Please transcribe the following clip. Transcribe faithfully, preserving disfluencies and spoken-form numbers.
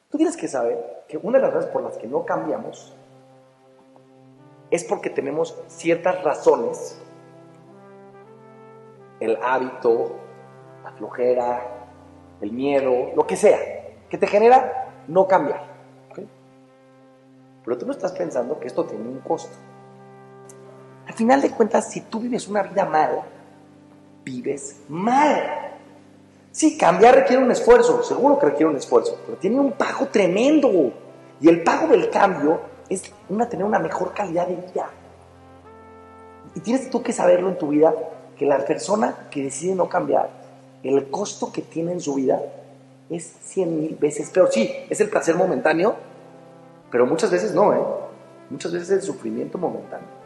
Tú tienes que saber que una de las razones por las que no cambiamos es porque tenemos ciertas razones, el hábito, la flojera, el miedo, lo que sea, que te genera no cambiar. ¿Okay? Pero tú no estás pensando que esto tiene un costo. Al final de cuentas, si tú vives una vida mal, vives mal. Sí, cambiar requiere un esfuerzo, seguro que requiere un esfuerzo, pero tiene un pago tremendo. Y el pago del cambio es una, tener una mejor calidad de vida. Y tienes tú que saberlo en tu vida, que la persona que decide no cambiar, el costo que tiene en su vida es cien mil veces peor. Sí, es el placer momentáneo, pero muchas veces no, ¿eh? Muchas veces es el sufrimiento momentáneo.